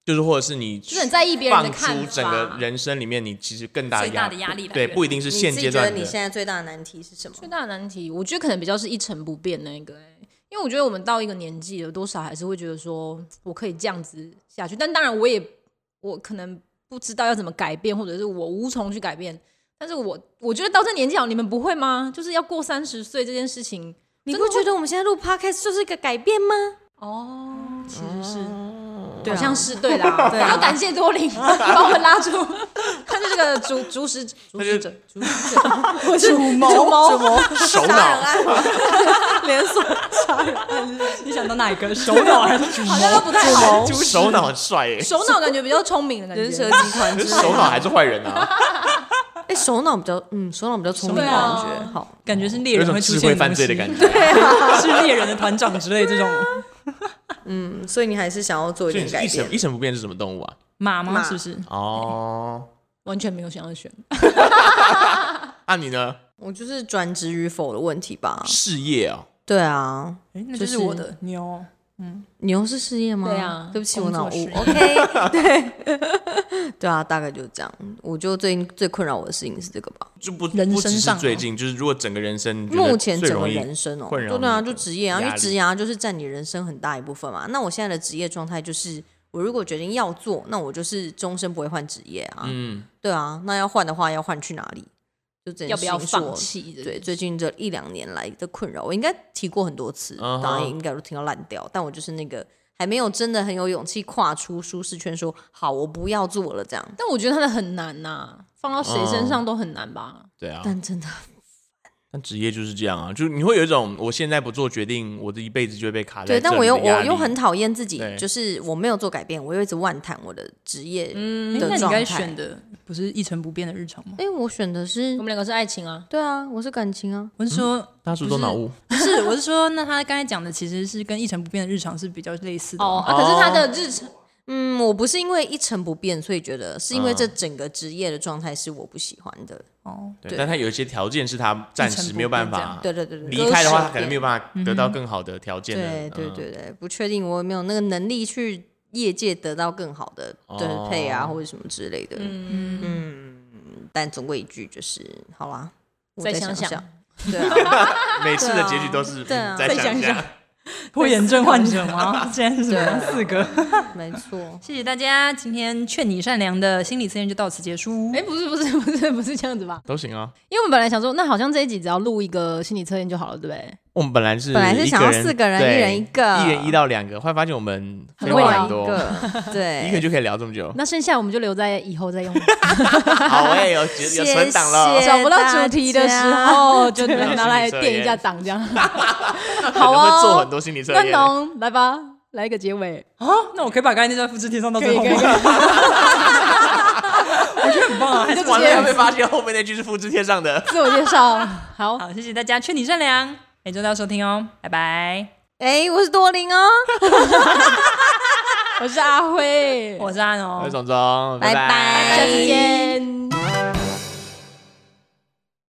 就是或者是你就是很在意别人的放看法， 出整个人生里面你其实更大的最大的压力来对， 源不一定是现阶段的。 你自己觉得你现在最大的难题是什么？ 最大的难题，我觉得可能比较是一成不变那个、因为我觉得我们到一个年纪了，多少还是会觉得说我可以这样子下去，但当然我可能不知道要怎么改变，或者是我无从去改变。但是我觉得到这年纪好，你们不会吗？就是要过30岁这件事情， 你不觉得我们现在录 podcast 就是一个改变吗？ 哦， 其实是好像是对啦， 对啊要感谢多林把我们拉出，他是这个主使者， 主谋首脑， 连锁你想到哪一个首脑还是主好像都谋？ 不太好。 首脑很帅耶， 首脑感觉比较聪明的感觉， 人蛇集团可之类的。 是首脑还是坏人啊， 首脑比较聪明的对啊感觉，好。 感觉是猎有种人会出智慧犯现的东西罪的感觉。 是猎人的团长之类这种所以你还是想要做一所以点改变。 一成不变是什么动物啊？ 马吗？ 马是不是？ 哦， 完全没有想要选。 那你呢？ 我就是专职与否的问题吧。 事业啊， 对啊， 哎，那就是我的牛。 牛是事业吗？ 对啊对不起，我脑雾工作室。 OK，对啊，大概就是这样。我就最近最困扰我的事情是这个吧。 就不人不只是生上最近，就是如果整个人生，你觉得目前整个最容易人生困扰对啊， 你的就职业啊，因为压力职涯就是占你人生很大一部分嘛。那我现在的职业状态就是，我如果决定要做，那我就是终身不会换职业啊。对啊，那要换的话，要换去哪里？就这件要不要事情是我放弃？ 对，最近这1-2年来的困扰，我应该提过很多次，当然也应该都听到烂掉，但我就是那个还没有真的很有勇气跨出舒适圈，说好，我不要做了这样。 但我觉得他的很难呐、放到谁身上都很难吧。 对啊， 但真的， 但职业就是这样啊，就你会有一种我现在不做决定，我的一辈子就会被卡在对，但这我里的压力又很讨厌自己对， 就是我没有做改变，我又一直万谈我的职业哎那你的状态。 该选的不是一成不变的日常吗？ 我选的是我们两个是爱情啊， 对啊，我是感情啊。 我是说， 大叔都脑雾， 不是，我是说，那他刚才讲的其实是跟一成不变的日常是比较类似的哦、 吗。 可是他的日常， 我不是因为一成不变，所以觉得是因为这整个职业的状态是我不喜欢的。 对， 对但他有一些条件是他暂时没有办法对对对对， 离开的话， 割舍他可能没有办法得到更好的条件的。 对对对对，不确定我有没有那个能力去业界得到更好的配啊，或者什么之类的。但总归一句就是，好啦，我再想想想。 对啊， 每次的结局都是对啊再想一下。 拖延症患者吗？现在是什么4个？ 没错。 谢谢大家，今天劝你善良的心理测验就到此结束。 哎，不是这样子吧？ 都行啊。 因为我们本来想说，那好像这一集只要录一个心理测验就好了，对不对？ 我们本来是想要4个人， 对 1人1个 ，1人1到2个，后来发现我们废很会聊一话很多， 个，对， 一个就可以聊这么久。 那剩下我们就留在以后再用。 好哎，有存档了。 谢谢找不到主题的时候，就拿来垫一下档，这样。好可能会做哦很，多心理测那验。 农来吧，来一个结尾。 啊，那我可以把刚才那段复制贴上到最后吗？ 可以我觉得很棒啊，还是完了被发现后面那句是复制贴上的。 自我介绍，好， 好，谢谢大家，劝你善良，每周都要收听哦，拜拜。 我是多琳哦， 我是阿辉， 我是阿农我是，总总， 拜拜下次见。